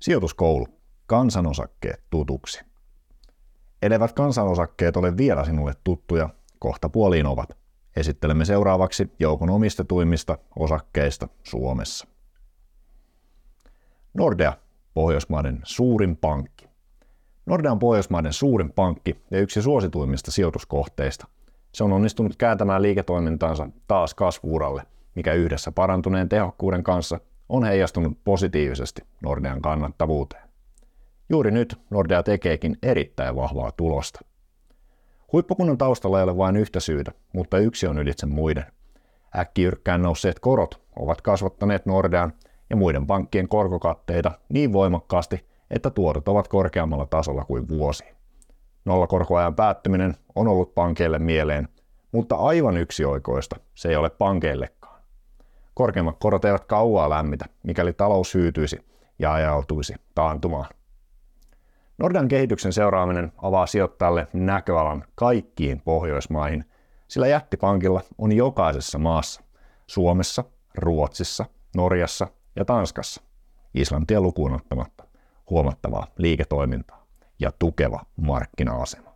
Sijoituskoulu. Kansanosakkeet tutuksi. Elevät kansanosakkeet ole vielä sinulle tuttuja, kohta puoliin ovat. Esittelemme seuraavaksi joukon omistetuimmista osakkeista Suomessa. Nordea, Pohjoismaiden suurin pankki. Nordea on Pohjoismaiden suurin pankki ja yksi suosituimmista sijoituskohteista. Se on onnistunut kääntämään liiketoimintansa taas kasvu-uralle, mikä yhdessä parantuneen tehokkuuden kanssa on heijastunut positiivisesti Nordean kannattavuuteen. Juuri nyt Nordea tekeekin erittäin vahvaa tulosta. Huippukunnan taustalla ei ole vain yhtä syytä, mutta yksi on ylitse muiden. Äkkijyrkkään nousseet korot ovat kasvattaneet Nordean ja muiden pankkien korkokatteita niin voimakkaasti, että tuotot ovat korkeammalla tasolla kuin vuosiin. Nollakorkoajan päättyminen on ollut pankeille mieleen, mutta aivan yksioikoista se ei ole pankeillekaan. Korkeimmat korot eivät kauaa lämmitä, mikäli talous hyytyisi ja ajautuisi taantumaan. Nordean kehityksen seuraaminen avaa sijoittajalle näköalan kaikkiin Pohjoismaihin, sillä jättipankilla on jokaisessa maassa, Suomessa, Ruotsissa, Norjassa ja Tanskassa, Islantia lukuun ottamatta, huomattavaa liiketoimintaa ja tukeva markkina-asema.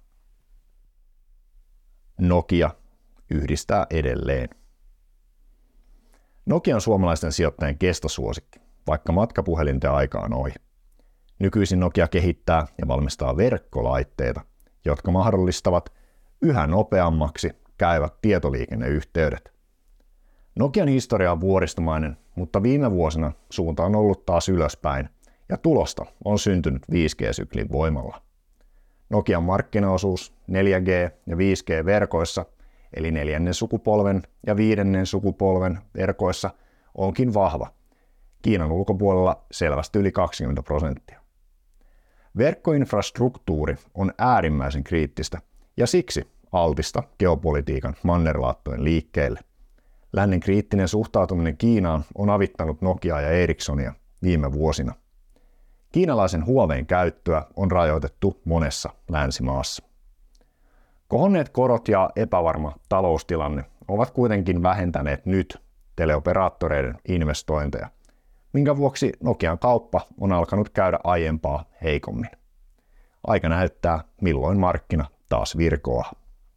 Nokia yhdistää edelleen. Nokia on suomalaisten sijoittajien kestosuosikki, vaikka matkapuhelinten aika on ohi. Nykyisin Nokia kehittää ja valmistaa verkkolaitteita, jotka mahdollistavat yhä nopeammaksi käyvät tietoliikenneyhteydet. Nokian historia on vuoristomainen, mutta viime vuosina suunta on ollut taas ylöspäin ja tulosta on syntynyt 5G-syklin voimalla. Nokian markkinaosuus 4G- ja 5G-verkoissa, eli 4. sukupolven ja 5. sukupolven verkoissa, onkin vahva. Kiinan ulkopuolella selvästi yli 20%. Verkkoinfrastruktuuri on äärimmäisen kriittistä ja siksi altista geopolitiikan mannerlaattojen liikkeelle. Lännen kriittinen suhtautuminen Kiinaan on avittanut Nokiaa ja Ericssonia viime vuosina. Kiinalaisen Huawein käyttöä on rajoitettu monessa länsimaassa. Kohonneet korot ja epävarma taloustilanne ovat kuitenkin vähentäneet nyt teleoperaattoreiden investointeja, minkä vuoksi Nokian kauppa on alkanut käydä aiempaa heikommin. Aika näyttää, milloin markkina taas virkoaa.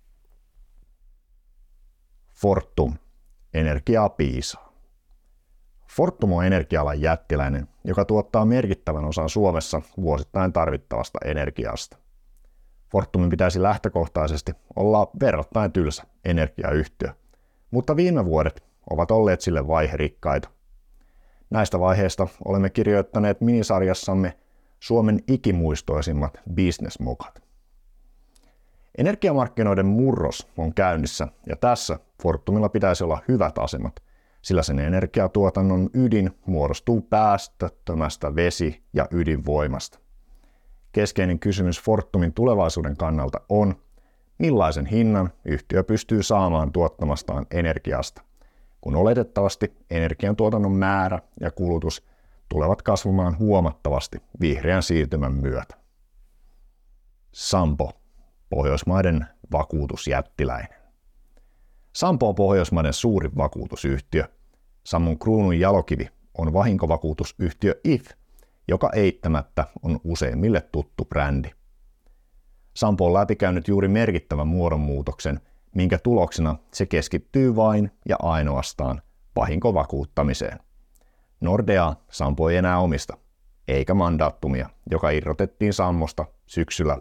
Fortum. Energiaa piisaa. Fortum on energia-alan jättiläinen, joka tuottaa merkittävän osan Suomessa vuosittain tarvittavasta energiasta. Fortumin pitäisi lähtökohtaisesti olla verrattain tylsä energiayhtiö, mutta viime vuodet ovat olleet sille vaiherikkaita. Näistä vaiheista olemme kirjoittaneet minisarjassamme Suomen ikimuistoisimmat bisnesmokat. Energiamarkkinoiden murros on käynnissä ja tässä Fortumilla pitäisi olla hyvät asemat, sillä sen energiatuotannon ydin muodostuu päästöttömästä vesi- ja ydinvoimasta. Keskeinen kysymys Fortumin tulevaisuuden kannalta on, millaisen hinnan yhtiö pystyy saamaan tuottamastaan energiasta, kun oletettavasti energiantuotannon määrä ja kulutus tulevat kasvamaan huomattavasti vihreän siirtymän myötä. Sampo, Pohjoismaiden vakuutusjättiläinen. Sampo on Pohjoismaiden suurin vakuutusyhtiö. Sammon kruunun jalokivi on vahinkovakuutusyhtiö If, joka eittämättä on useimmille tuttu brändi. Sampo on läpikäynyt juuri merkittävän muodonmuutoksen, minkä tuloksena se keskittyy vain ja ainoastaan vahinkovakuuttamiseen. Nordea Sampo ei enää omista, eikä Mandatumia, joka irrotettiin Sammosta syksyllä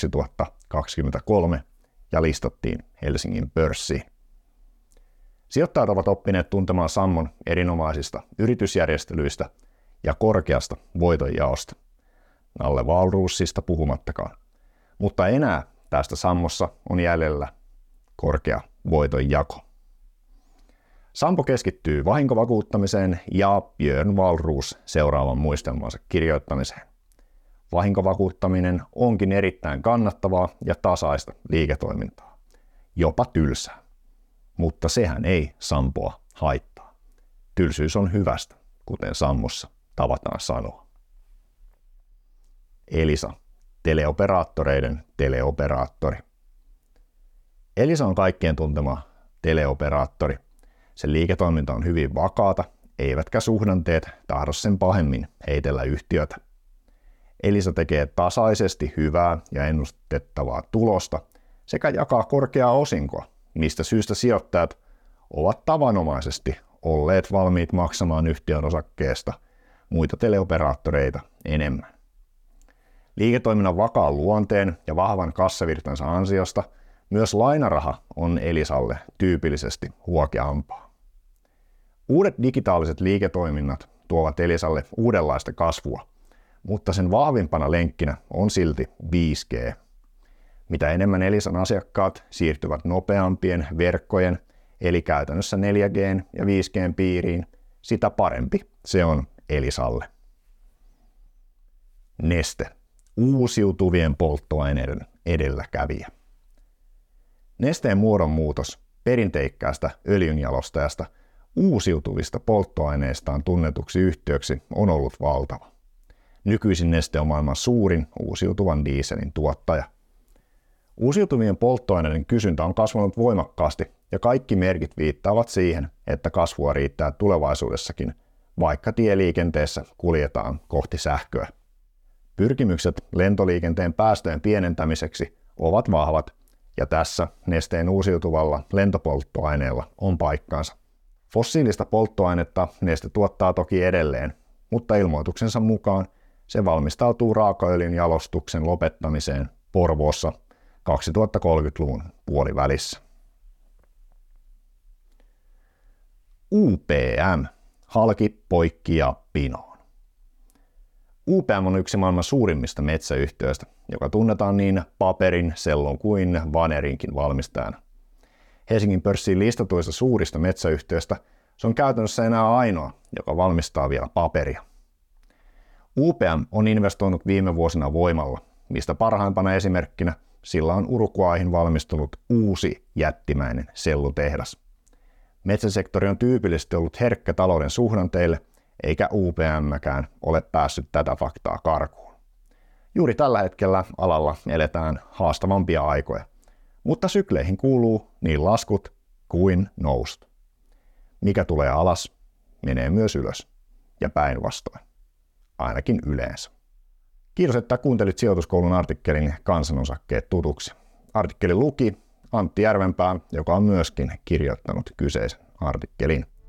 2023 ja listattiin Helsingin pörssiin. Sijoittajat ovat oppineet tuntemaan Sammon erinomaisista yritysjärjestelyistä ja korkeasta voitonjaosta. Nalle Wahlroosista puhumattakaan. Mutta enää tästä Sammossa on jäljellä korkea voitonjako. Sampo keskittyy vahinkovakuuttamiseen ja Björn Wahlroos seuraavan muistelmansa kirjoittamiseen. Vahinkovakuuttaminen onkin erittäin kannattavaa ja tasaista liiketoimintaa, jopa tylsää. Mutta sehän ei Sampoa haittaa. Tylsyys on hyvästä, kuten Sammossa tavataan sanoa. Elisa, teleoperaattoreiden teleoperaattori. Elisa on kaikkien tuntema teleoperaattori. Sen liiketoiminta on hyvin vakaata, eivätkä suhdanteet tahdo sen pahemmin heitellä yhtiötä. Elisa tekee tasaisesti hyvää ja ennustettavaa tulosta sekä jakaa korkeaa osinkoa, mistä syystä sijoittajat ovat tavanomaisesti olleet valmiit maksamaan yhtiön osakkeesta muita teleoperaattoreita enemmän. Liiketoiminnan vakaan luonteen ja vahvan kassavirtansa ansiosta myös lainaraha on Elisalle tyypillisesti huokeampaa. Uudet digitaaliset liiketoiminnat tuovat Elisalle uudenlaista kasvua, mutta sen vahvimpana lenkkinä on silti 5G. Mitä enemmän Elisan asiakkaat siirtyvät nopeampien verkkojen, eli käytännössä 4G ja 5G piiriin, sitä parempi se on Elisalle. Neste, uusiutuvien polttoaineiden edelläkävijä. Nesteen muodonmuutos perinteikkäästä öljynjalostajasta uusiutuvista polttoaineistaan tunnetuksi yhtiöksi on ollut valtava. Nykyisin Neste on maailman suurin uusiutuvan dieselin tuottaja. Uusiutuvien polttoaineiden kysyntä on kasvanut voimakkaasti ja kaikki merkit viittaavat siihen, että kasvua riittää tulevaisuudessakin, vaikka tieliikenteessä kuljetaan kohti sähköä. Pyrkimykset lentoliikenteen päästöjen pienentämiseksi ovat vahvat, ja tässä Nesteen uusiutuvalla lentopolttoaineella on paikkaansa. Fossiilista polttoainetta Neste tuottaa toki edelleen, mutta ilmoituksensa mukaan se valmistautuu raakaöljyn jalostuksen lopettamiseen Porvoossa 2030-luvun puolivälissä. UPM, halki, poikki ja pinoon. UPM on yksi maailman suurimmista metsäyhtiöistä, joka tunnetaan niin paperin, sellun kuin vanerinkin valmistajana. Helsingin pörssiin listatuista suurista metsäyhtiöistä se on käytännössä enää ainoa, joka valmistaa vielä paperia. UPM on investoinut viime vuosina voimalla, mistä parhaimpana esimerkkinä sillä on Uruguayhin valmistunut uusi jättimäinen sellutehdas. Metsäsektori on tyypillisesti ollut herkkä talouden suhdanteille, eikä UPM:kään ole päässyt tätä faktaa karkuun. Juuri tällä hetkellä alalla eletään haastavampia aikoja, mutta sykleihin kuuluu niin laskut kuin nousut. Mikä tulee alas, menee myös ylös, ja päinvastoin. Ainakin yleensä. Kiitos, että kuuntelit Sijoituskoulun artikkelin Kansanosakkeet tutuksi. Artikkelin luki Antti Järvenpää, joka on myöskin kirjoittanut kyseisen artikkelin.